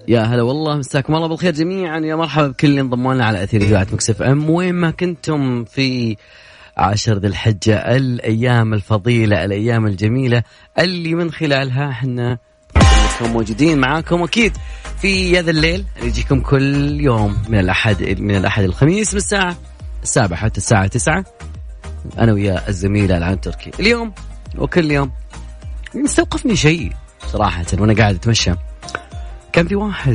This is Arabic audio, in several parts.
يا هلا والله، مساكم الله بالخير جميعا، يا مرحبا بكل اللي انضموا لنا على أثير إذاعة مكس اف ام وين ما كنتم في 10 ذي الحجة، الأيام الفضيلة، الأيام الجميلة اللي من خلالها احنا موجودين معاكم أكيد في هذا الليل اللي يجيكم كل يوم من الأحد الخميس من الساعة 7 حتى الساعة 9. أنا ويا الزميلة العن تركي اليوم وكل يوم. مستوقفني شيء صراحة وأنا قاعد أتمشى، كان في واحد،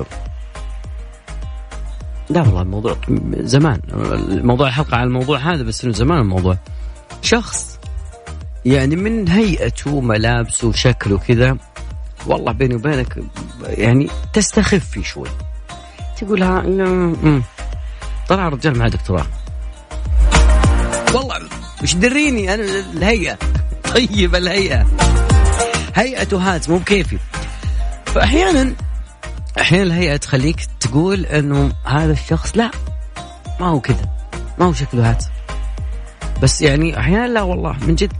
لا والله الموضوع زمان، الموضوع الحلقة على الموضوع هذا بس إنه زمان الموضوع، شخص يعني من هيئته وملابسه وشكله كذا، والله بيني وبينك يعني تستخف فيه شوي، تقولها طلع رجال مع دكتوراه، والله مش دريني أنا الهيئة. طيب الهيئة هيئته هات مو بكيفي، فأحيانا الهيئة تخليك تقول إنه هذا الشخص لا ما هو كذا، ما هو شكله هات، بس يعني أحيانا لا والله من جد.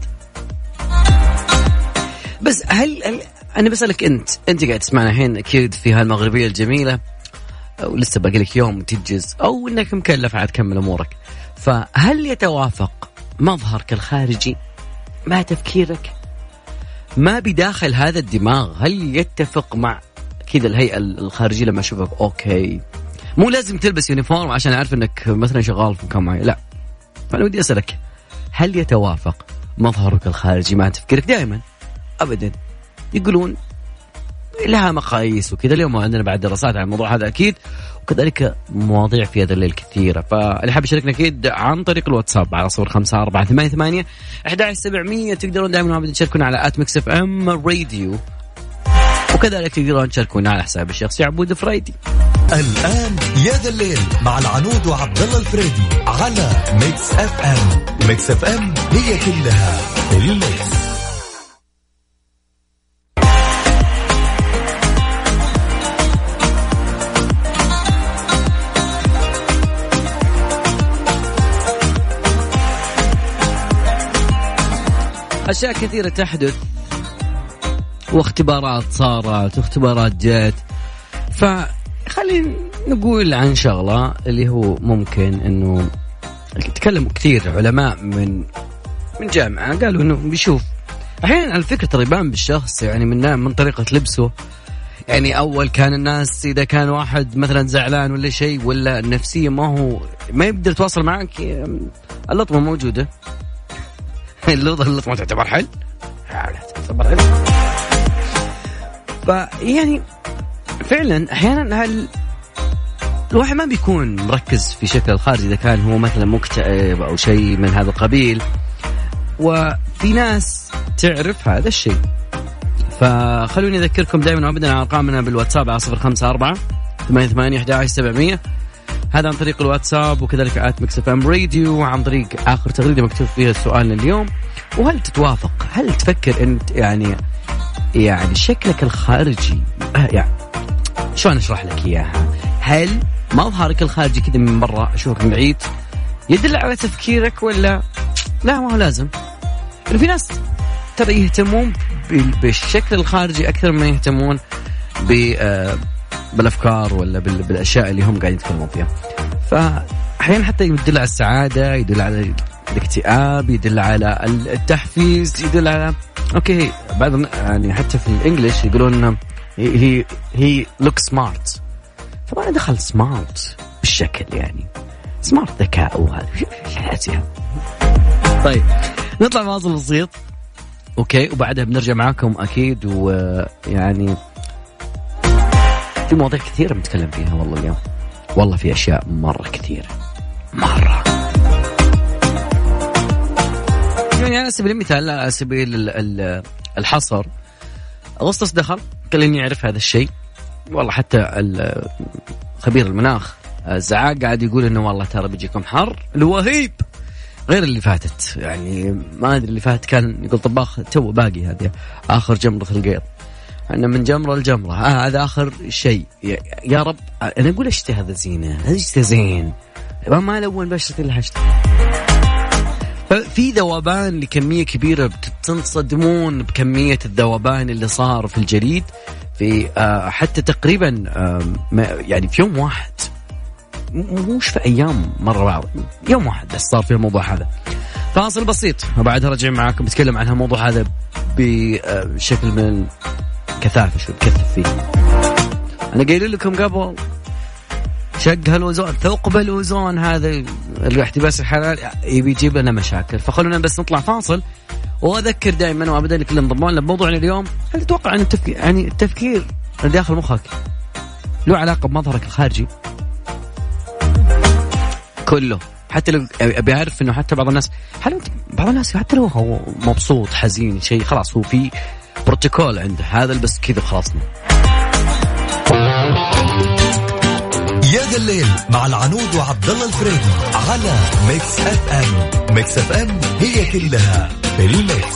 بس هل أنا بسألك أنت قاعد تسمعنا الحين أكيد في هالمغربية الجميلة، ولسه باقي لك يوم تنجز أو إنك مكلف عاد تكمل أمورك، فهل يتوافق مظهرك الخارجي مع تفكيرك ما بداخل هذا الدماغ؟ هل يتفق مع كذا الهيئة الخارجية لما أشوفك أوكي؟ مو لازم تلبس يونيفورم عشان أعرف أنك مثلا شغال في مكان معين، لا، فأنا ودي أسألك هل يتوافق مظهرك الخارجي مع تفكيرك؟ دائما أبدا يقولون لها مقاييس وكذا. اليوم عندنا بعد دراسات عن الموضوع هذا أكيد، وكذلك مواضيع في هذا الليل كثيرة، فاللي حاب يشاركنا أكيد عن طريق الواتساب على 0548811700. تقدرون دائما تشاركونا على @mixfmradio، وكذلك تقدرون تشاركونا على حساب الشخصي عبود فريدي. الآن يا ذا الليل مع العنود وعبد الله الفريدي على ميكس اف ام. ميكس اف ام هي كلها الميكس. أشياء كثيرة تحدث، واختبارات صارت واختبارات جات، فخلينا نقول عن شغلة اللي هو ممكن أنه تكلموا كثير علماء من جامعة، قالوا أنه بيشوف أحيانا على فكرة ترى يبان بالشخص يعني من طريقة لبسه. يعني أول كان الناس إذا كان واحد مثلا زعلان ولا شيء ولا النفسية ما يقدر يتواصل معك، اللطمة موجودة، اللطمة تعتبر حل، فيعني فعلا أحيانا الواحد ما بيكون مركز في شكل الخارجي إذا كان هو مثلا مكتئب أو شيء من هذا القبيل، وفي ناس تعرف هذا الشيء. فخلوني أذكركم دائما وأبدا على أرقامنا بالواتساب على 0548811700، هذا عن طريق الواتساب، وكذلك @mixfmradio، وعن طريق آخر تغريدة مكتوب فيها سؤالنا اليوم، وهل تتوافق، هل تفكر أنت يعني شكلك الخارجي يعني شلون أشرح لك إياها؟ هل مظهرك الخارجي كذا من برا أشوفك من بعيد يدل على تفكيرك ولا لا؟ ما هو لازم. يعني في ناس ترى يهتمون بالشكل الخارجي أكثر ما يهتمون بالأفكار ولا بالأشياء اللي هم قاعدين يتكلمون فيها. فأحيانا حتى يدل على السعادة، يدل على الاكتئاب، يدل على التحفيز، يدل على أوكي بعض يعني حتى في الإنجليش يقولون he looks smart، فما دخل smart بالشكل، يعني smart ذكاء وهذا حياتها. طيب نطلع فاصل بسيط أوكي، وبعدها بنرجع معاكم أكيد، ويعني في مواضيع كثيرة بنتكلم فيها والله اليوم، والله في أشياء مرة كثيرة مرة. يعني على سبيل المثال، على سبيل الحصر، أغسطس دخل خليني يعرف هذا الشيء، والله حتى خبير المناخ الزعاق قاعد يقول إنه والله ترى بيجيكم حر الوهيب غير اللي فاتت. يعني ما أدري اللي فات كان يقول طباخ تو باقي، هذه آخر جمرة القيض، أنا من جمرة لجمرة، هذا آخر شيء. يا رب أنا أقول أشتي هذا زينة، هذا أشتي زين، ما لون بشرتي اللي حشتي. في ذوبان لكمية كبيرة، بتنصدمون بكمية الذوبان اللي صار في الجليد في حتى تقريبا يعني في يوم واحد، مش في أيام مرة بعض، يوم واحد بس صار فيه الموضوع هذا. فاصل بسيط وبعدها رجع معاكم بتكلم عن هالموضوع هذا بشكل من كثافة، شو بكثف فيه. أنا قايل لكم قبل شق هالوزون، ثقب الوزون هذا الاحتباس الحراري يبي يجيب لنا مشاكل. فخلونا بس نطلع فاصل، وأذكر دائما وأبدا لكل انضمام لنا بموضوعنا اليوم. هل تتوقع أن التفكير داخل مخك له علاقة بمظهرك الخارجي كله؟ حتى لو أبي أعرف إنه حتى بعض الناس حتى لو هو مبسوط حزين شيء، خلاص هو في بروتوكول عنده هذا بس كذا خلاصنا. يا ذا الليل مع العنود وعبد الله الفريدي على ميكس اف ام. ميكس اف ام هي كلها بالميكس.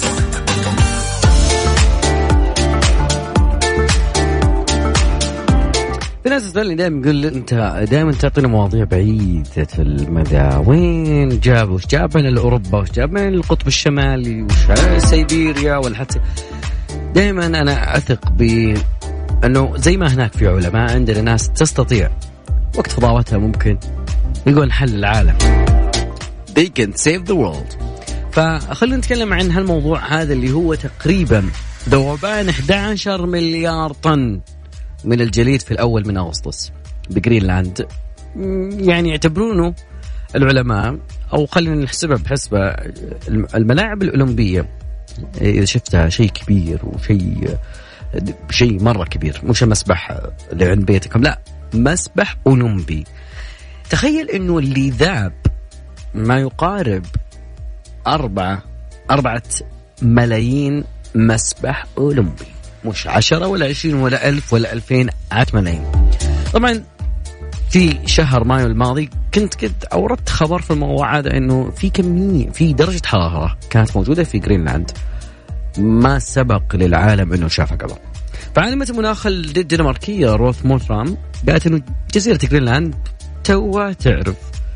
في ناس تسألني دائما يقول أنت دائما تعطينا مواضيع بعيدة المدى، وين جاب وش جاب من أوروبا وش جاب من القطب الشمالي وش سيبيريا ولا حتى. دائما أنا أثق بأنه زي ما هناك في علماء عندنا ناس تستطيع وقت فضاوتها ممكن يقول حل العالم. They can save the world. فخلينا نتكلم عن هالموضوع هذا اللي هو تقريبا ذوبان 11 مليار طن من الجليد في الأول من أغسطس بجرينلاند. يعني يعتبرونه العلماء، أو خلينا نحسبها بحسبة الملاعب الأولمبية إذا شفتها شيء كبير وشيء مرة كبير، مش المسبح اللي عند بيتكم، لا مسبح أولمبي. تخيل إنه اللي ذاب ما يقارب 4 ملايين مسبح أولمبي، مش 10 ولا 20 ولا 1000 ولا 2000، 10 ملايين. طبعا في شهر مايو الماضي كنت أوردت خبر في الموضوع هذا إنه في درجة حرارة كانت موجودة في جرينلاند ما سبق للعالم إنه شافها قبل. فعالمة المناخ الدنماركية روث مولترام قالت إنه جزيرة جرينلاند توها تعرف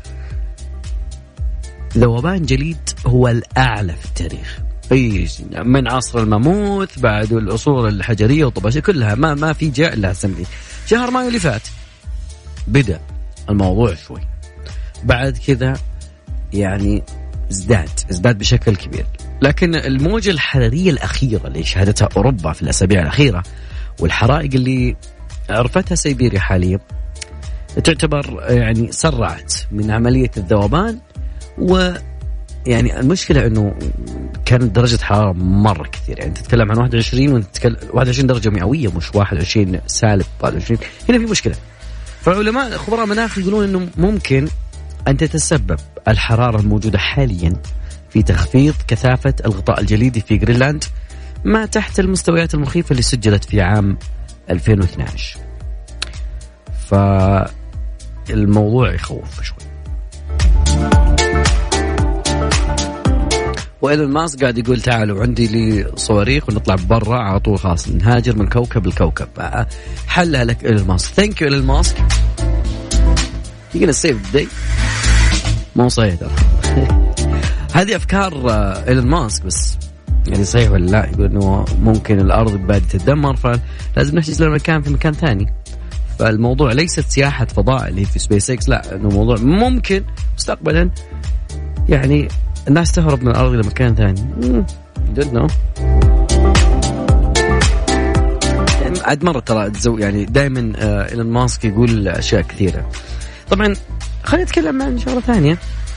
ذوبان جليد هو الأعلى في التاريخ، من عصر الماموث بعد العصور الحجرية والطباشير كلها ما في جاء إلا سمدي. شهر مايو اللي فات بدأ الموضوع شوي، بعد كذا يعني ازداد بشكل كبير. لكن الموجة الحرارية الأخيرة اللي شهدتها أوروبا في الأسابيع الأخيرة والحرائق اللي عرفتها سيبيريا حاليا تعتبر يعني سرعت من عملية الذوبان. ويعني المشكلة أنه كانت درجة حرارة مرة كثير، يعني تتكلم عن 21 درجة مئوية مش 21 سالب 21. هنا في مشكلة. فعلماء خبراء مناخ يقولون أنه ممكن أن تتسبب الحرارة الموجودة حاليا في تخفيض كثافة الغطاء الجليدي في جرينلاند ما تحت المستويات المخيفة اللي سجلت في عام 2012. فالموضوع يخوف شوي. وإيلون ماسك قاعد يقول تعالوا عندي لي صواريخ ونطلع برا على طول، خلاص نهاجر من كوكب لكوكب. حلها لك إيلون ماسك. ثانك يو إيلون ماسك. you're gonna save the day. مو صحيح ترى. هذه أفكار إيلون ماسك بس يعني صحيح ولا لا؟ يقول إنه ممكن الأرض بادئة تتدمر فلازم نحجز لنا مكان في مكان ثاني. فالموضوع ليست سياحة فضاء اللي في سبيس إكس، لا إنه موضوع ممكن مستقبلا يعني الناس تهرب من الأرض إلى مكان ثاني. don't know. يعني عاد مرة ترى يعني دائما إيلون ماسك يقول أشياء كثيرة. طبعا خلينا نتكلم عن شغلة ثانية.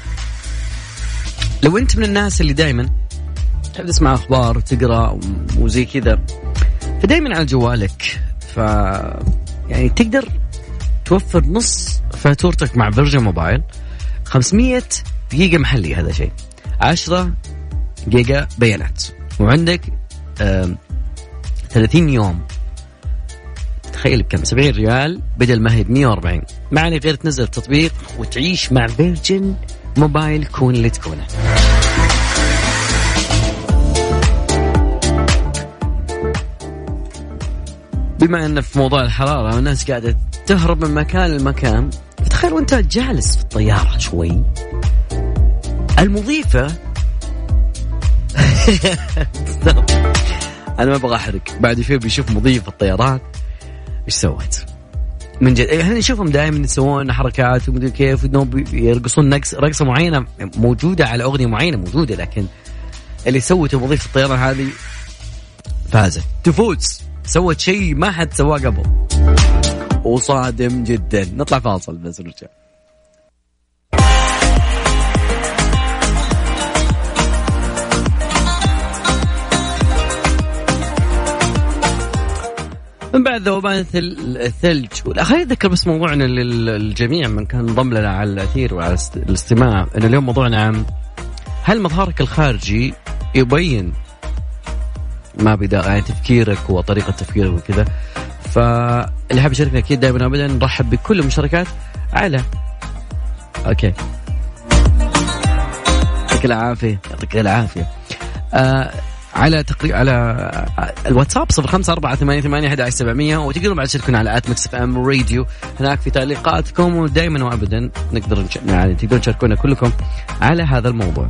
لو أنت من الناس اللي دائما تحب تسمع أخبار وتقرأ وزي كذا، فدائما على جوالك، يعني تقدر توفر نص فاتورتك مع فيرجن موبايل. 500 دقيقة محلي، هذا شيء 10 جيجا بيانات، وعندك 30 يوم. تخيل بكم؟ 70 ريال بدل ما هي 140. معني غير تنزل التطبيق وتعيش مع فيرجن موبايل كون اللي تكونه. بما أن في موضوع الحرارة والناس قاعدة تهرب من مكان لمكان، تخيل وانت جالس في الطيارة شوي المضيفة أنا ما أبغى أحرق، بعد شوي بيشوف مضيف الطيارات إيش سوت من جد. احنا نشوفهم دائما يسوون حركات ومدري كيف انهم يرقصون رقصه معينه موجوده على اغنيه معينه موجوده، لكن اللي سوته وظيفه الطيران هذه فازت تفوز، سوت شيء ما حد سواه قبل وصادم جدا. نطلع فاصل بس نرجع. من بعد ذوبان الثلج. خليني أذكر بس موضوعنا للجميع من كان انضم لنا على الأثير وعلى الاستماع، إن اليوم موضوعنا عن هل مظهرك الخارجي يبين ما بدا يعني تفكيرك وطريقة تفكيرك وكذا. فاللي حاب يشاركنا أكيد دائما أبدا نرحب بكل المشاركات على أوكي يعطيك العافية يعطيك العافية على الواتساب 0548811700 وتقدروا بعد تشاركونا على @mixfm راديو هناك في تعليقاتكم، ودائما وابدا نقدر يعني تقدرون تشاركونا كلكم على هذا الموضوع.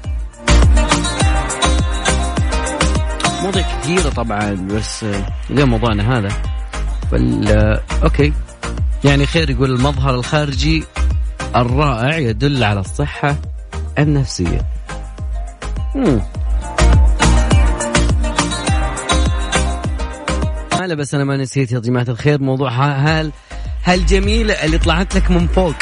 مواضيع كثيرة طبعا بس اليوم موضوعنا هذا. اوكي يعني خير يقول المظهر الخارجي الرائع يدل على الصحة النفسية. لا بس أنا ما نسيت يا جماعة الخير موضوع هالجميلة اللي طلعت لك من فوق.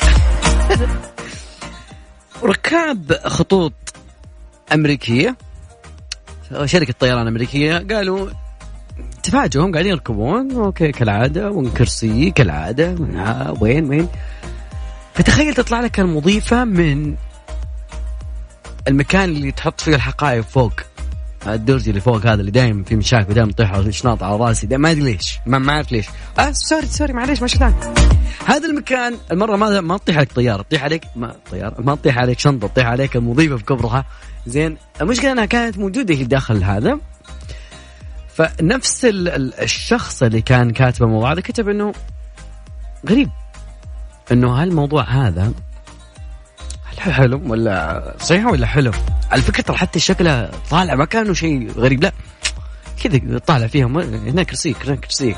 ركاب خطوط أمريكية، شركة طيران أمريكية، قالوا تفاجئهم قاعدين يركبون أوكي كالعادة والكرسي كالعادة وين فتخيل تطلع لك المضيفة من المكان اللي تحط فيه الحقائب فوق، الدرج اللي فوق هذا اللي دايم في مشاكل ودايم طيحة شناط على راسي ما أدري ليش ما أعرف ليش. سوري معليش ما شفتان. هذا المكان المرة ما تطيح عليك طيارة، تطيح عليك ما تطيح عليك شنطة، تطيح عليك المضيفة بكبرها. زين المشكلة أنها كانت موجودة في داخل هذا. فنفس الشخص اللي كان كاتب الموضوع هذا كتب إنه غريب إنه هالموضوع هذا حلم ولا صحيح ولا حلم. على فكرة ترى حتى شكله طالع ما كانوا شيء غريب، لا كذا طالع فيهم هناك كرسيك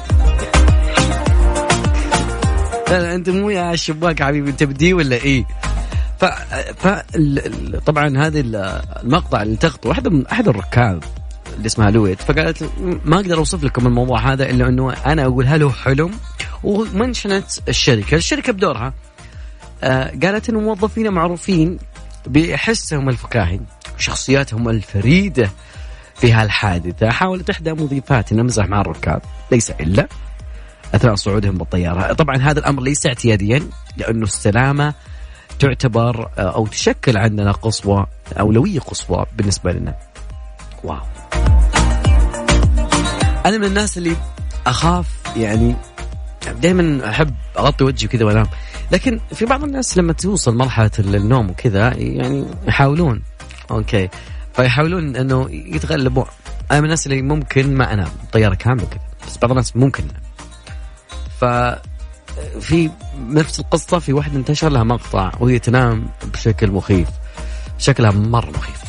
لا انت مو يا الشباك حبيبي انت بدي ولا ايه. طبعا هذه المقطع اللي التقطه احد الركاب اللي اسمها لويد، فقالت ما اقدر اوصف لكم الموضوع هذا الا انه انا اقول هل هو حلم. ومنشنت الشركة بدورها قالت إنه موظفين معروفين بحسهم الفكاهي وشخصياتهم الفريدة في هالحادثة حاولت إحدى مضيفات نمزح مع الركاب ليس إلا أثناء صعودهم بالطيارة. طبعا هذا الأمر ليس اعتياديا لأنه السلامة تعتبر أو تشكل عندنا أولوية قصوى بالنسبة لنا. واو أنا من الناس اللي أخاف يعني دائما أحب أغطي وجهي كذا وأنام، لكن في بعض الناس لما توصل مرحلة النوم وكذا يعني يحاولون أوكي فيحاولون أنه يتغلبوا. أنا من الناس اللي ممكن ما أنام طيارة كاملة كذا، بس بعض الناس ممكن. ففي نفس القصة في واحدة انتشر لها مقطع وهي تنام بشكل مخيف، شكلها مرة مخيف.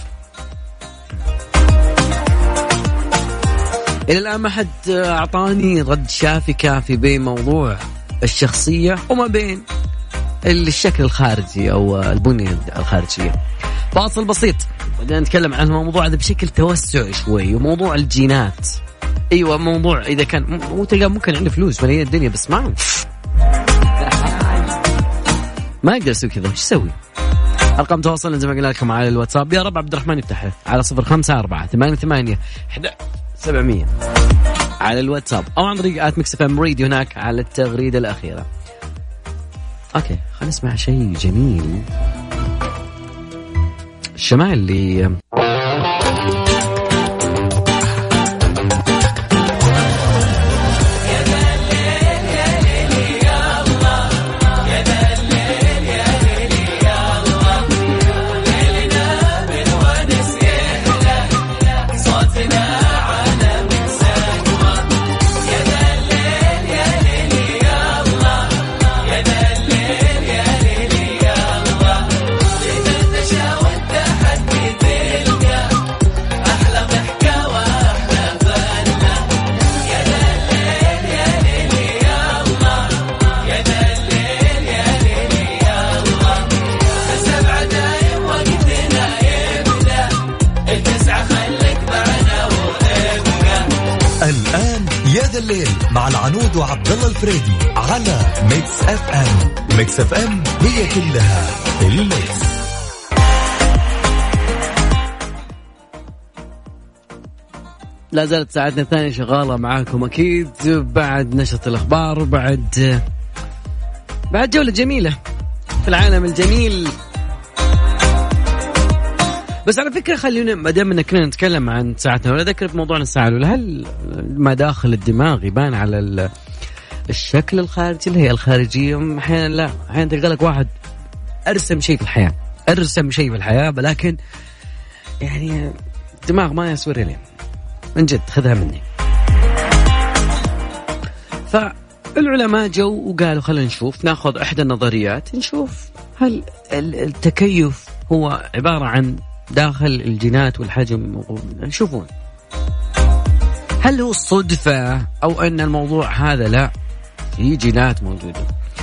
إلى الآن ما حد أعطاني رد شافي كافي بين موضوع الشخصية وما بين الشكل الخارجي أو البنية الخارجية. فاصل بسيط بدنا نتكلم عن الموضوع هذا بشكل توسع شوي، وموضوع الجينات. أيوة موضوع إذا كان ممكن عنده فلوس ملايين الدنيا بس ما يقدر يسوي كذا، إيش يسوي؟ أرقام تواصلنا زي ما قلنا لكم على الواتساب. يا رب عبد الرحمن يفتحه على 0548811700 على الواتساب أو عن طريق @mixfm راديو هناك على التغريدة الأخيرة. أوكي خلينا نسمع شيء جميل. الشمال اللي العنود وعبد الله الفريدي على ميكس اف ام. ميكس اف ام هي كلها الميكس. لا زالت ساعتنا الثانية شغالة معاكم أكيد بعد نشرة الأخبار، بعد جولة جميلة في العالم الجميل. بس على فكرة خلينا ما دام إن كنا نتكلم عن ساعتنا ولا ذكر في موضوعنا الساعة الأولى، هل ما داخل الدماغ يبان على الشكل الخارجي اللي هي الخارجية؟ أحيانا لا، أحيانا تلقى لك واحد أرسم شيء في الحياة، ولكن يعني الدماغ ما يسور لي من جد، خذها مني. فالعلماء جو وقالوا خلينا نشوف، ناخذ إحدى النظريات نشوف هل التكيف هو عبارة عن داخل الجينات والحجم. نشوفون هل هو الصدفة أو أن الموضوع هذا لا في جينات موجودة.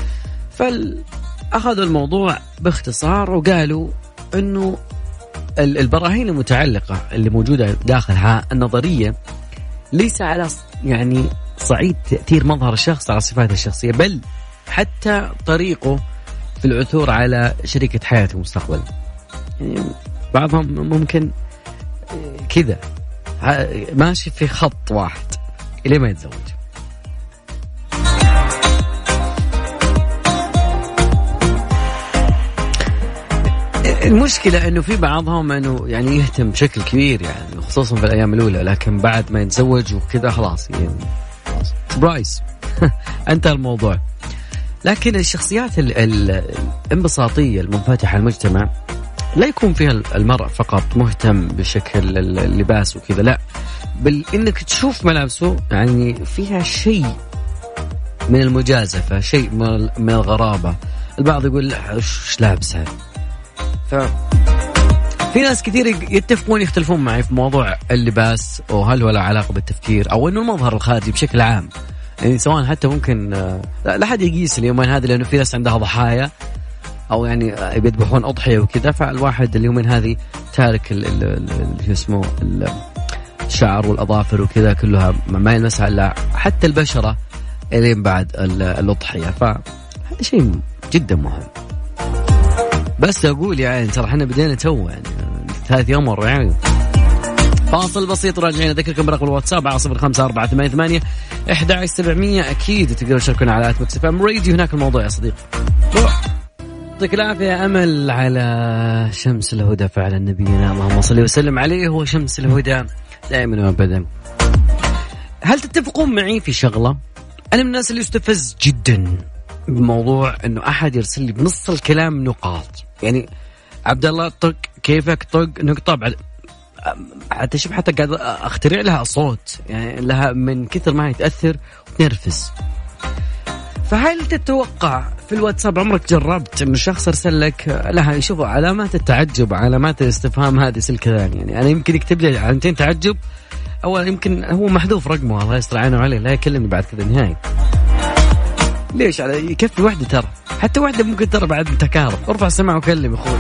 فأخذوا الموضوع باختصار وقالوا أنه البراهين المتعلقة اللي موجودة داخلها النظرية ليس على يعني صعيد تأثير مظهر الشخص على صفاته الشخصية، بل حتى طريقه في العثور على شريكة حياته المستقبل. يعني بعضهم ممكن كذا ماشي في خط واحد إلى ما يتزوج. المشكلة إنه في بعضهم إنه يعني يهتم بشكل كبير، يعني خصوصا في الأيام الأولى، لكن بعد ما يتزوج وكذا خلاص يعني سبرايز انتهى الموضوع. لكن الشخصيات الانبساطية المنفتحة المجتمع لا يكون فيها المرء فقط مهتم بشكل اللباس وكذا، لا، بل إنك تشوف ملابسه يعني فيها شيء من المجازفة، شيء من الغرابة. البعض يقول إيش لابسها. في ناس كثير يتفقون يختلفون معي في موضوع اللباس، وهل هو له علاقة بالتفكير أو إنه المظهر الخارجي بشكل عام. يعني سواء حتى ممكن لا حد يقيس اليومين هذه، لأنه في ناس عندها ضحايا أو يعني بيذبحون أضحية وكذا، فالواحد اليومين هذه تارك اسمه الشعر والأظافر وكذا كلها ما يلمسها إلا حتى البشرة إلين بعد الأضحية. فهذا شيء جدا مهم. بس أقول يعني ترى احنا بدينا تو يعني 3 يوم ورا. فاصل بسيط راجعين. أذكركم برقم الواتساب على 0548811700. أكيد تقدروا تشاركونا على @ميكس اف ام راديو. هناك الموضوع يا صديقي. يعطيك العافية. أمل على شمس الهدى فعلا نبينا اللهم صل وسلم عليه، هو شمس الهدى دائما وأبدا. هل تتفقون معي في شغلة؟ أنا من الناس اللي يستفز جدا بموضوع إنه أحد يرسل لي بنص الكلام نقاط. يعني عبد الله طق كيفك طق نقطة بعد، حتى شوف حتى قاعد أخترع لها صوت يعني لها من كثر ما يتأثر وتنرفز. فهل تتوقع في الواتساب عمرك جربت إنه شخص أرسل لك لها يشوفوا علامات التعجب علامات الاستفهام هذه سلكذان؟ يعني أنا يمكن يكتب لي علامتين تعجب، أو يمكن هو محذوف رقمه الله يستر عينه عليه لا يكلمني بعد كذا نهائي. ليش؟ على يكفي واحدة ترى، حتى واحدة ممكن ترى بعد تكارب ارفع السماعة وكلم أخوي.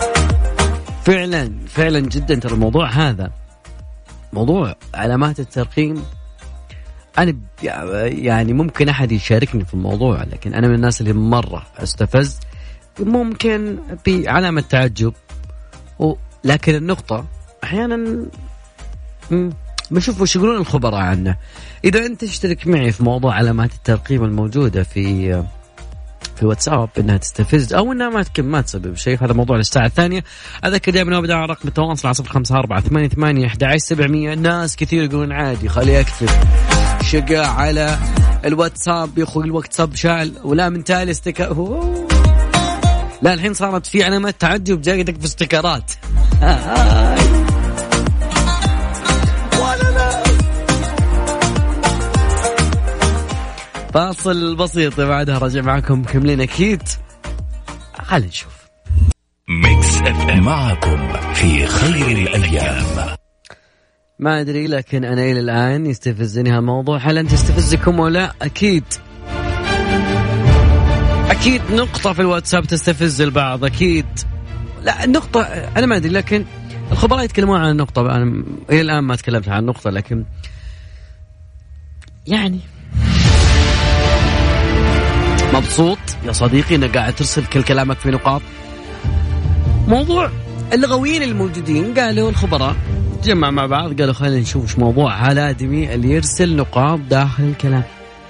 فعلا جدا ترى الموضوع هذا موضوع علامات الترقيم. أنا يعني ممكن أحد يشاركني في الموضوع، لكن أنا من الناس اللي مرة استفز ممكن بعلامة تعجب، لكن النقطة أحيانا بشوف وش يقولون الخبراء عنه. إذا أنت تشترك معي في موضوع علامات الترقيم الموجودة في الواتساب إنها تستفز أو إنها ما تسبب شيء، هذا موضوع للساعة الثانية. أذكر دائما أبدأ على رقم التواصل على 0548811700. ناس كثير يقولون عادي خليه يكتب شقة على الواتساب يا أخوي، الواتساب شاعل ولا من تالي لا الحين صارت في علامات تعجب جايتك في استيكرات. فاصل بسيط بعدها رجع معكم مكملين أكيد. خلينا نشوف ميكس اف ام معكم في خير الأيام. ما أدري لكن أنا إلى الآن يستفزني هالموضوع. هل أنت يستفزكم ولا؟ أكيد نقطة في الواتساب تستفز البعض أكيد. لا النقطة أنا ما أدري، لكن الخبراء يتكلمون عن النقطة. أنا إلى الآن ما تكلمت عن النقطة، لكن يعني مبسوط يا صديقي انك قاعد ترسل كل كلامك في نقاط. موضوع اللغويين الموجودين قالوا الخبراء جمع مع بعض قالوا خلينا نشوف ايش موضوع هالآدمي اللي يرسل نقاط داخل الكلام.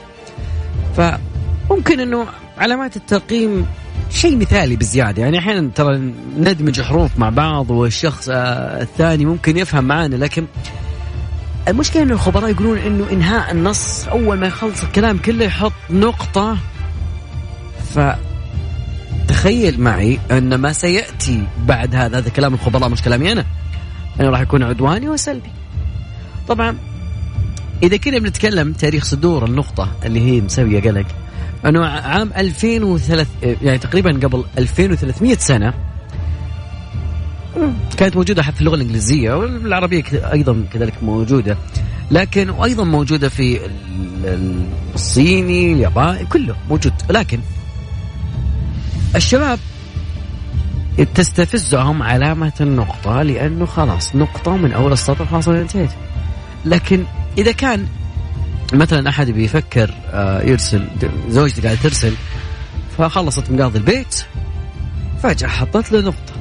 فممكن انه علامات الترقيم شيء مثالي بزيادة، يعني أحيانا ترى ندمج حروف مع بعض والشخص الثاني ممكن يفهم معنا، لكن المشكلة أن الخبراء يقولون أنه إنهاء النص أول ما يخلص الكلام كله يحط نقطة. فتخيل معي أن ما سيأتي بعد هذا كلام الخبراء مش كلامي أنا راح يكون عدواني وسلبي. طبعا إذا كنا بنتكلم تاريخ صدور النقطة اللي هي مسوية قلق، أنه عام 2003 يعني تقريبا قبل 2300 سنة كانت موجودة في اللغة الإنجليزية والعربية أيضا كذلك موجودة، لكن أيضا موجودة في الصيني الياباني كله موجود. لكن الشباب تستفزهم علامة النقطة لأنه خلاص نقطة من أول السطر خلاص انتهيت. لكن إذا كان مثلا أحد بيفكر يرسل، زوجتي قاعدة ترسل فخلصت مقاضي البيت فجأة حطت له نقطة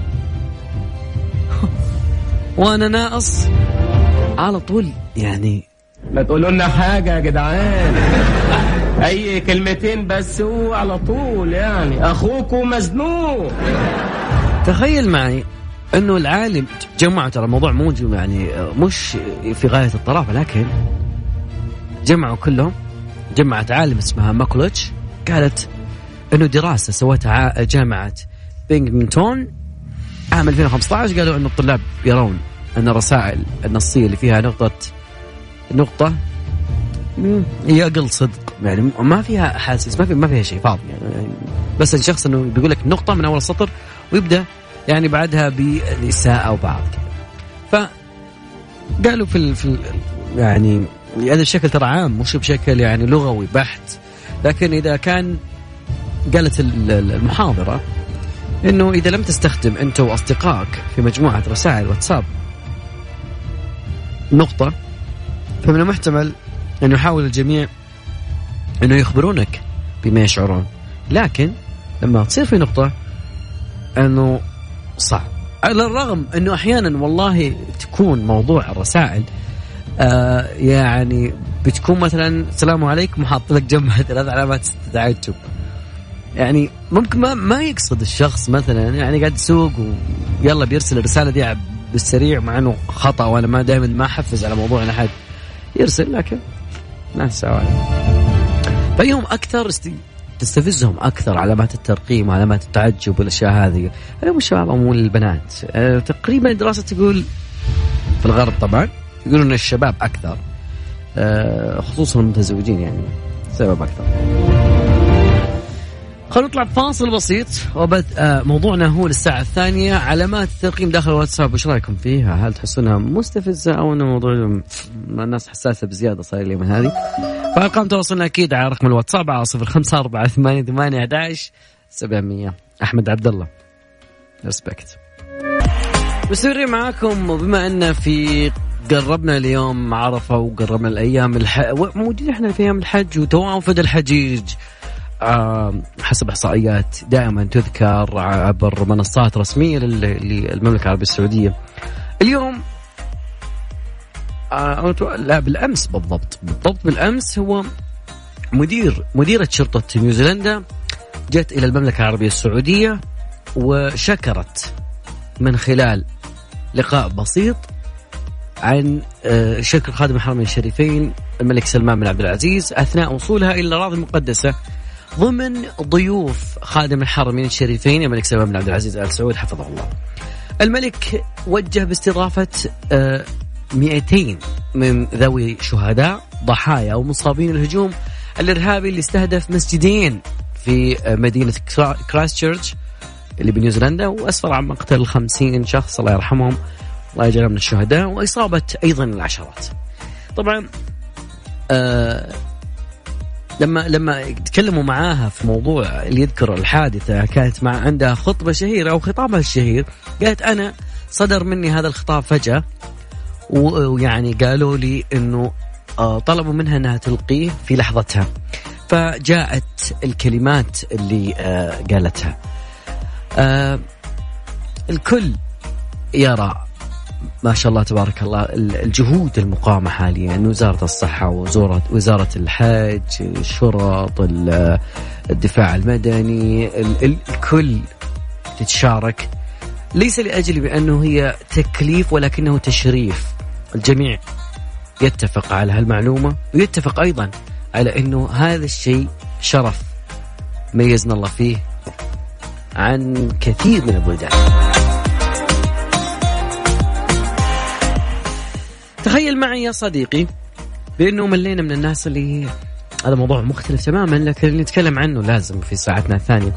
وأنا ناقص على طول. يعني ما تقولوا لنا حاجة يا جدعان، أي كلمتين بس هو على طول يعني أخوكم مزنوق. تخيل معي أنه العالم جمعوا، ترى الموضوع موجود يعني مش في غاية الطرافة، لكن جمعوا كلهم. جمعت عالم اسمها ماكولوتش قالت أنه دراسة سوتها جامعة بينغتون عام 2015 قالوا أنه الطلاب يرون أن الرسائل النصية اللي فيها نقطة هي أقل صدق، يعني ما فيها أحاسيس، ما فيها شيء فاضي يعني بس الشخص أنه بيقول لك نقطة من أول السطر ويبدأ يعني بعدها بالإساءة وبعض كذا. فقالوا في يعني هذا الشكل ترى عام مش بشكل يعني لغوي بحت، لكن إذا كان قالت المحاضرة إنه إذا لم تستخدم أنت وأصدقائك في مجموعة رسائل واتساب نقطة، فمن المحتمل أنه يحاول الجميع أنه يخبرونك بما يشعرون، لكن لما تصير في نقطة أنه صعب. على الرغم أنه أحيانا والله تكون موضوع الرسائل يعني بتكون مثلا السلام عليكم حاط لك جنبها 3 علامات تعجب، يعني ممكن ما يقصد الشخص مثلا يعني قاعد يسوق ويلا بيرسل الرسالة دي بالسريع مع أنه خطأ، وأنا ما دائما ما أحفز على موضوع أن أحد يرسل، لكن ناس سوالف. فيهم أكثر تستفزهم أكثر علامات الترقيم وعلامات التعجب والأشياء هذه. هل هم الشباب أو البنات؟ تقريبا الدراسة تقول في الغرب طبعا يقولون أن الشباب أكثر، خصوصا المتزوجين يعني سبب أكثر. خلونا نطلع فاصل بسيط وبدأ موضوعنا هو للساعة الثانية، علامات الترقيم داخل الواتساب. وش رأيكم فيها؟ هل تحسونها مستفزة أو أنه موضوع الناس حساسة بزيادة صار لي من هذه؟ فأرقام تواصلنا أكيد على رقم الواتساب على 0548811700. أحمد عبد الله ريسبكت. مستمرين معاكم، وبما أن في قربنا اليوم عرفة وقربنا الأيام موجودين إحنا في أيام الحج وتوافد الحجيج حسب إحصائيات دائما تذكر عبر منصات رسمية للمملكة العربية السعودية. اليوم لا بالأمس بالضبط بالأمس هو مديرة شرطة نيوزيلندا جت إلى المملكة العربية السعودية وشكرت من خلال لقاء بسيط عن شكر خادم الحرمين الشريفين الملك سلمان بن عبد العزيز أثناء وصولها إلى الأراضي المقدسة ضمن ضيوف خادم الحرمين الشريفين الملك سلمان بن عبد العزيز آل سعود حفظه الله. الملك وجه باستضافة 200 من ذوي شهداء ضحايا ومصابين الهجوم الإرهابي اللي استهدف مسجدين في مدينة كرايستشيرش اللي بنيوزيلندا، وأسفر عن مقتل 50 شخص الله يرحمهم الله يجعلهم من الشهداء، وإصابة أيضا العشرات. طبعا لما تكلموا معاها في موضوع اللي يذكر الحادثة كانت عندها خطبة شهيرة أو خطابها الشهير، قالت أنا صدر مني هذا الخطاب فجأة، ويعني قالوا لي إنه طلبوا منها أنها تلقيه في لحظتها، فجاءت الكلمات اللي قالتها. الكل يرى ما شاء الله تبارك الله الجهود المقامة حاليا، وزارة الصحة ووزارة الحج، الشرط، الدفاع المدني، الكل تتشارك، ليس لأجل بأنه هي تكليف ولكنه تشريف. الجميع يتفق على هالمعلومة، ويتفق أيضا على أنه هذا الشيء شرف ميزنا الله فيه عن كثير من البلدان. تخيل معي يا صديقي بأنه ملينا من الناس اللي هذا موضوع مختلف تماما، لكن اللي نتكلم عنه لازم في ساعتنا الثانية.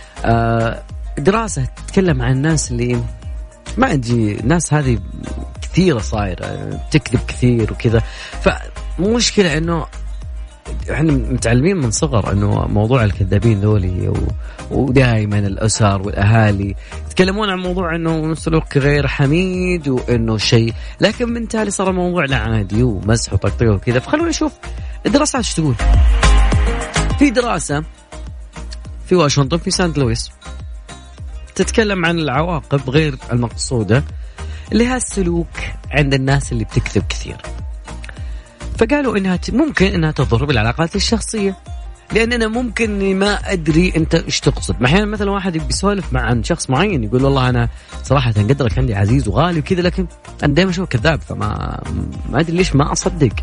دراسة تتكلم عن الناس اللي ما أدري، الناس هذه كثيرة صايرة تكذب كثير وكذا. فمشكلة أنه احنا متعلمين من صغر انه موضوع الكذابين ذولي، ودائما الاسر والاهالي يتكلمون عن موضوع انه سلوك غير حميد وانه شيء، لكن من تالي صار الموضوع لا عادي ومزح وطقطقه وكذا. فخلونا نشوف الدراسات ايش تقول. في دراسة في واشنطن في سانت لويس تتكلم عن العواقب غير المقصودة اللي هالسلوك عند الناس اللي بتكذب كثير. فقالوا إنها ممكن إنها تضر بالعلاقات الشخصية، لأننا ممكن ما أدري أنت إيش تقصد. أحيانا مثلا واحد بيسولف عن شخص معين يقول والله أنا صراحة قدرك عندي عزيز وغالي وكذا، لكن أنا دائما أشوفه كذاب، فما أدري ليش ما أصدق.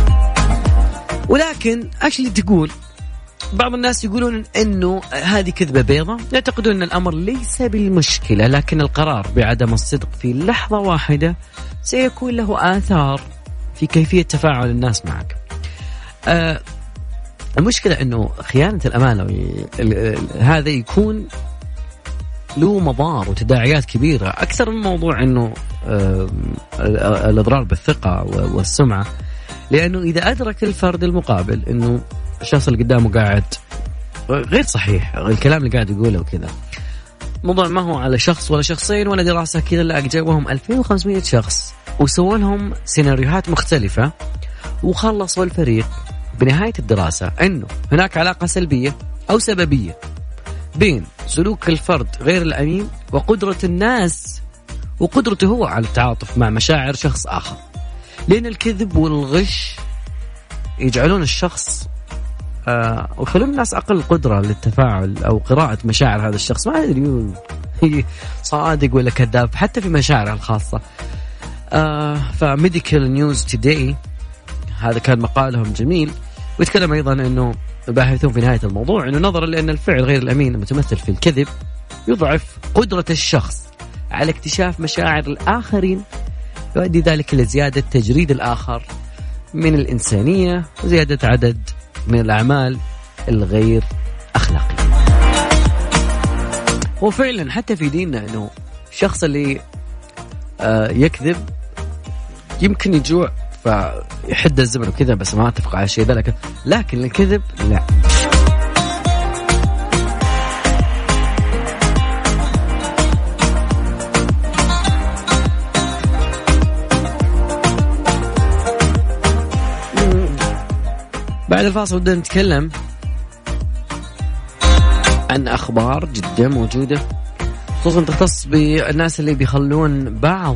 ولكن إيش اللي تقول؟ بعض الناس يقولون إنه هذه كذبة بيضة، يعتقدون أن الأمر ليس بالمشكلة، لكن القرار بعدم الصدق في لحظة واحدة سيكون له آثار في كيفية تفاعل الناس معك. المشكلة أنه خيانة الأمانة هذا يكون له مضار وتداعيات كبيرة أكثر من موضوع أنه الإضرار بالثقة والسمعة، لأنه إذا أدرك الفرد المقابل أنه الشخص اللي قدامه قاعد غير صحيح، الكلام اللي قاعد يقوله وكذا، موضوع ما هو على شخص ولا شخصين ولا دراسة كذا، لا جابوهم 2500 شخص وسووا لهم سيناريوهات مختلفة، وخلصوا الفريق بنهاية الدراسة أنه هناك علاقة سلبية أو سببية بين سلوك الفرد غير الأمين وقدرة الناس وقدرته هو على التعاطف مع مشاعر شخص آخر. لأن الكذب والغش يجعلون الشخص ويخلون الناس أقل قدرة للتفاعل أو قراءة مشاعر هذا الشخص، ما أدري هي صادق ولا كذاب حتى في مشاعره الخاصة. فميديكال نيوز توداي هذا كان مقالهم جميل، ويتكلم أيضا أنه باحثون في نهاية الموضوع أنه نظرا لأن الفعل غير الأمين المتمثل في الكذب يضعف قدرة الشخص على اكتشاف مشاعر الآخرين، يؤدي ذلك لزيادة تجريد الآخر من الإنسانية وزيادة عدد من الأعمال الغير أخلاقية. وفعلا حتى في ديننا أنه الشخص اللي يكذب يمكن يجوع فيحد الزمن وكذا، بس ما أتفق على شيء ذلك، لكن الكذب لا. بعد الفاصل بدنا نتكلم عن أخبار جدا موجودة خصوصا تختص بالناس اللي بيخلون بعض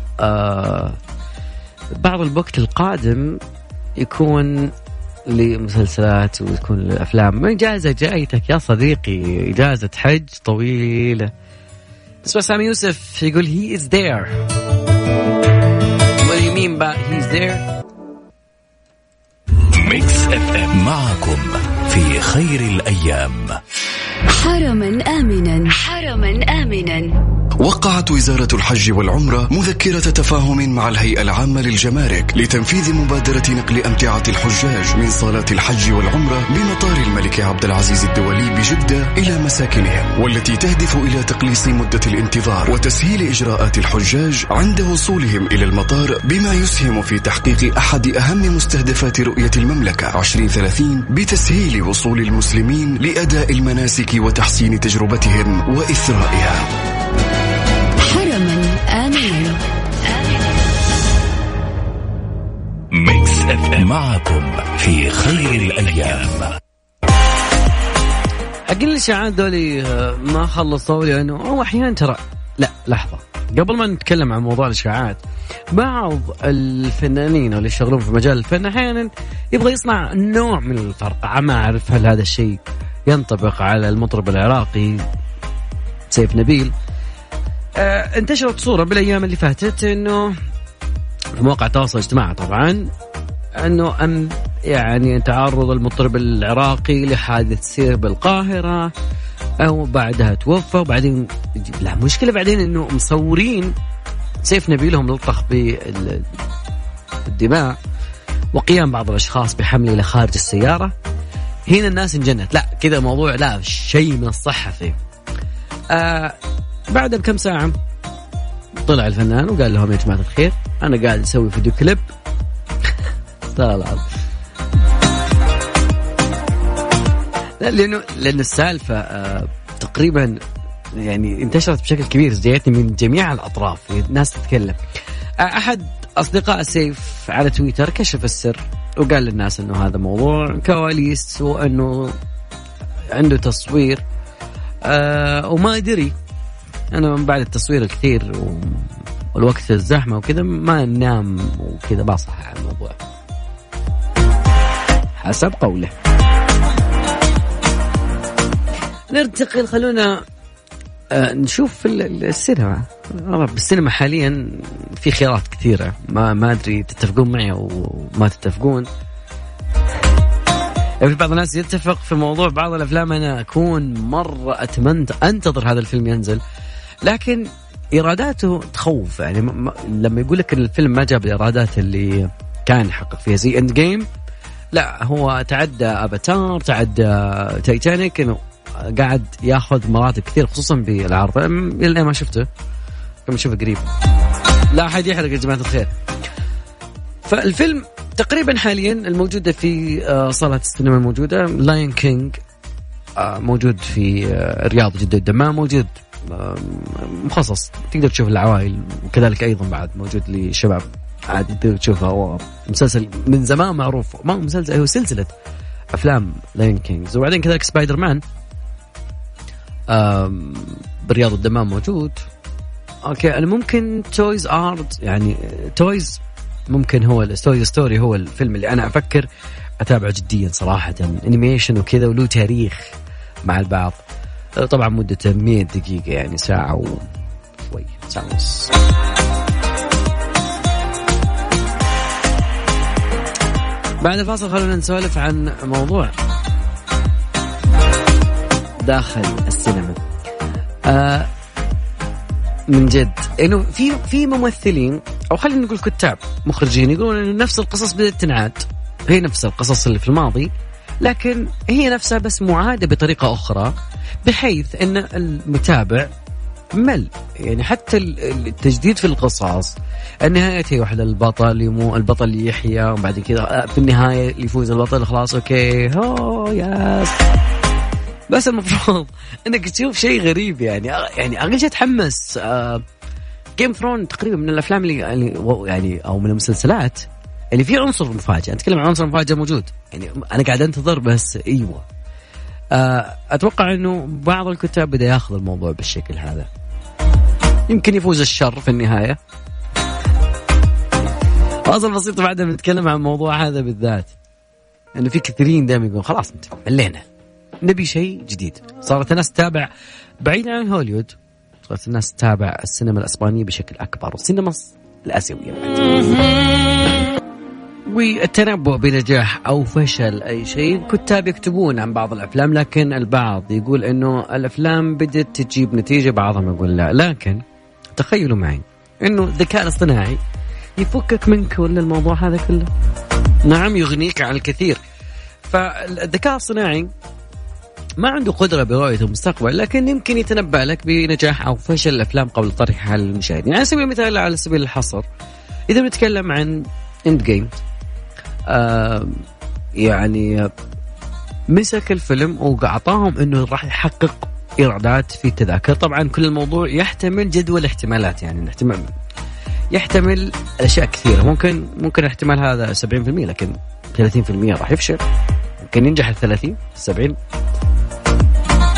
الوقت القادم يكون لمسلسلات ويكون لأفلام. إجازة جايتك يا صديقي، إجازة حج طويلة. نسمع سامي يوسف يقول he is there. What do you mean by he's there؟ ميكس اف ام معكم في خير الأيام. حرماً آمناً، حرماً آمناً. وقعت وزارة الحج والعمرة مذكرة تفاهم مع الهيئة العامة للجمارك لتنفيذ مبادرة نقل أمتعة الحجاج من صالات الحج والعمرة بمطار الملك عبد العزيز الدولي بجدة إلى مساكنهم، والتي تهدف إلى تقليص مدة الانتظار وتسهيل إجراءات الحجاج عند وصولهم إلى المطار، بما يسهم في تحقيق أحد أهم مستهدفات رؤية المملكة 2030 بتسهيل وصول المسلمين لأداء المناسك وتحسين تجربتهم وإثرائها. آمين. ميكس اف ام معكم في خير الأيام. أقل الإشاعات دولي ما خلصوا لأنه هو أحيانا ترى لا لحظة قبل ما نتكلم عن موضوع الإشاعات، بعض الفنانين اللي يشتغلون في مجال الفن أحيانا يبغى يصنع نوع من الفرقعة. ما أعرف هل هذا الشيء ينطبق على المطرب العراقي سيف نبيل. انتشرت صورة بالأيام اللي فاتت إنه في مواقع التواصل الاجتماعي طبعا أنه يعني تعرض المطرب العراقي لحادث سير بالقاهرة أو بعدها توفى، وبعدين لا مشكلة بعدين إنه مصورين سيف نبيل هم لطخ بالدماء وقيام بعض الأشخاص بحمله إلى خارج السيارة. هنا الناس انجنت، لا كذا موضوع لا شيء من الصحة فيه. بعد بكم ساعة طلع الفنان وقال لهم يا جماعة الخير أنا قاعد أسوي فيديو كليب طالع. لأنه السالفة تقريبا يعني انتشرت بشكل كبير، جاءتني من جميع الأطراف الناس تتكلم. أحد أصدقاء سيف على تويتر كشف السر وقال للناس أنه هذا موضوع كواليس وأنه عنده تصوير وما أدري أنا من بعد التصوير الكثير والوقت الزحمة وكذا ما ننام وكذا بصح على الموضوع حسب قوله. نرتقل، خلونا نشوف في السينما. بالسينما حاليا في خيارات كثيرة، ما أدري تتفقون معي أو ما تتفقون. في بعض الناس يتفق في موضوع بعض الأفلام أنا أكون مرة أنتظر هذا الفيلم ينزل، لكن إيراداته تخوف. يعني لما يقول لك إن الفيلم ما جاب الإيرادات اللي كان يحقق فيها زي إند جيم، لا هو تعدى أفاتار، تعدى تايتانيك، إنه قاعد ياخذ مراتب كثير خصوصا بالعرض. إلا ما شفته كم نشوفه قريب، لا أحد يحرق يا جماعة الخير. فالفيلم تقريبا حاليا الموجودة في صالة السينما الموجودة لاين كينج موجود في الرياض جدة الدمام، موجود مخصص تقدر تشوف العوائل، وكذلك أيضا بعد موجود للشباب عادي تقدر تشوفها. هو مسلسل من زمان معروف، ما مسلسل هو سلسلة أفلام لاين كينجز. وبعدين كذلك سبايدر مان بالرياض الدمام موجود. أوكي أنا ممكن تويز آرت، يعني تويز ممكن هو الستوري ستوري هو الفيلم اللي أنا أفكر أتابعه جديا صراحة، أنيميشن وكذا وله تاريخ مع البعض. طبعا مدته 100 دقيقة يعني ساعة وشوي، ساعة ونص. بعد الفاصل خلونا نسولف عن موضوع داخل السينما. من جد إنه في ممثلين أو خلينا نقول كتاب مخرجين يقولون إنه نفس القصص بدأت تنعاد، هي نفس القصص اللي في الماضي لكن هي نفسها بس معادة بطريقة أخرى، بحيث إن المتابع مل. يعني حتى التجديد في القصص، النهاية هي واحدة، البطل يحيى وبعد كذا في النهاية يفوز البطل خلاص أوكي ياس. بس المفروض إنك تشوف شيء غريب. يعني أقل شيء تحمس. جيم ثرون تقريبا من الأفلام اللي يعني أو من المسلسلات اللي فيه عنصر مفاجأة. أتكلم عن عنصر مفاجأة موجود، يعني أنا قاعد أنتظر بس أيوة. أتوقع إنه بعض الكتاب بدأ يأخذ الموضوع بالشكل هذا، يمكن يفوز الشر في النهاية. أصلا بسيطة بعد ما نتكلم عن الموضوع هذا بالذات، إنه في كثيرين دائما يقولون خلاص أنت ملينا نبي شيء جديد. صارت الناس تتابع بعيد عن هوليوود، صارت الناس تتابع السينما الإسبانية بشكل أكبر والسينما الآسيوية والتنبؤ بنجاح أو فشل أي شيء. كتاب يكتبون عن بعض الأفلام، لكن البعض يقول إنه الأفلام بدأت تجيب نتيجة، بعضهم يقول لا. لكن تخيلوا معي إنه الذكاء الاصطناعي يفكك منك ولا الموضوع هذا كله. نعم يغنيك عن الكثير. فالذكاء الصناعي ما عنده قدرة برؤية المستقبل، لكن يمكن يتنبأ لك بنجاح أو فشل الأفلام قبل طرحها للمشاهدين. يعني على سبيل المثال، على سبيل الحصر، إذا بنتكلم عن إند جيم، يعني مسك الفيلم وأعطاهم إنه راح يحقق إيرادات في التذاكر. طبعا كل الموضوع يحتمل جدول احتمالات، يعني يحتمل أشياء كثيرة. ممكن احتمال هذا 70%، لكن 30% راح يفشل. ممكن ينجح 30 70.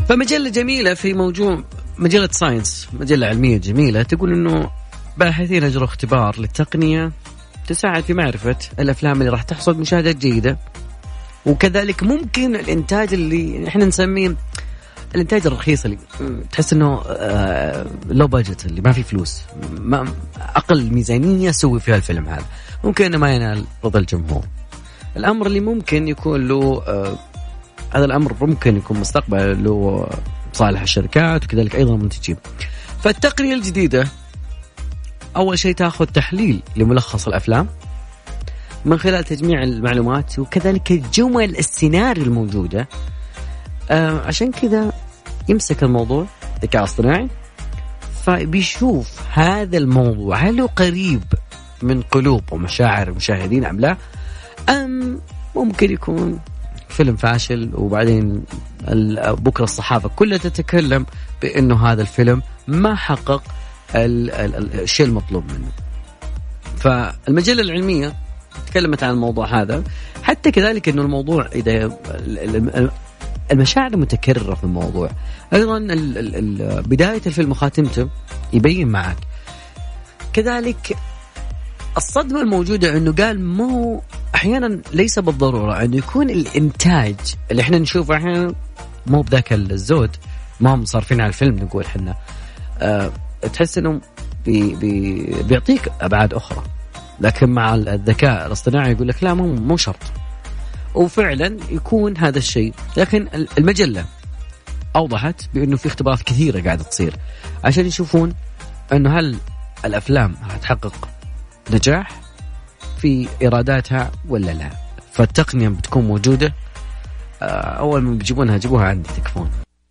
فمجلة جميلة في موضوع مجلة ساينس، مجلة علمية جميلة، تقول إنه باحثين أجروا اختبار للتقنية تساعد في معرفة الأفلام اللي راح تحصد مشاهدات جيدة، وكذلك ممكن الإنتاج اللي إحنا نسميه الإنتاج الرخيص اللي تحس إنه لو باجت، اللي ما في فلوس، ما أقل ميزانية سوي فيها الفيلم هذا، ممكن إنه ما ينال رضا الجمهور. الأمر اللي ممكن يكون له هذا الأمر ممكن يكون مستقبل له صالح الشركات وكذلك أيضا المنتجين. فالتقنية الجديدة أول شيء تأخذ تحليل لملخص الأفلام من خلال تجميع المعلومات وكذلك جمل السيناريو الموجودة. عشان كذا يمسك الموضوع ذكاء اصطناعي، فبيشوف هذا الموضوع هل هو قريب من قلوب ومشاعر المشاهدين أم لا، أم ممكن يكون فيلم فاشل وبعدين بكرة الصحافة كلها تتكلم بأنه هذا الفيلم ما حقق الشيء المطلوب منه. فالمجلة العلمية تكلمت عن الموضوع هذا، حتى كذلك أنه الموضوع إذا المشاعر المتكررة في الموضوع، أيضا بداية الفيلم وخاتمته يبين معك كذلك الصدمة الموجودة، أنه قال مو أحيانا ليس بالضرورة أنه يكون الإنتاج اللي إحنا نشوفه أحيانا مو بذاك الزود، ما هم صارفين على الفيلم نقول حنا، تحس أنه بيعطيك أبعاد أخرى، لكن مع الذكاء الاصطناعي يقول لك لا مو شرط، وفعلا يكون هذا الشيء. لكن المجلة أوضحت بأنه في اختبارات كثيرة قاعدة تصير عشان يشوفون أنه هل الأفلام هتحقق نجاح في إيراداتها ولا لا. فالتقنية بتكون موجودة، أول ما بيجيبونها جيبوها عندي تكفون.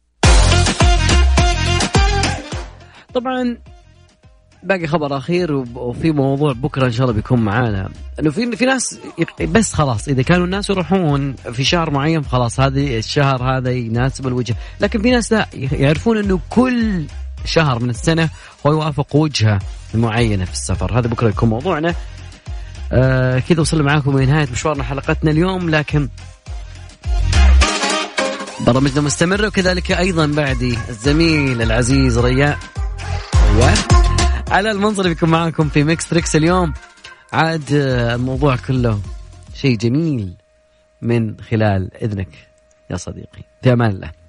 طبعا باقي خبر أخير وفي موضوع بكرة إن شاء الله بيكون معانا، إنه في ناس بس خلاص إذا كانوا الناس يروحون في شهر معين خلاص هذه الشهر هذا يناسب الوجه، لكن في ناس لا يعرفون إنه كل شهر من السنة هو يوافق وجهة معينة في السفر. هذا بكرة يكون موضوعنا. كذا وصلنا معاكم لنهاية مشوارنا حلقتنا اليوم، لكن برامجنا مستمرة وكذلك أيضا بعدي الزميل العزيز رياء على المنصر بيكون معاكم في ميكس تريكس اليوم. عاد الموضوع كله شيء جميل من خلال إذنك يا صديقي. في أمان الله.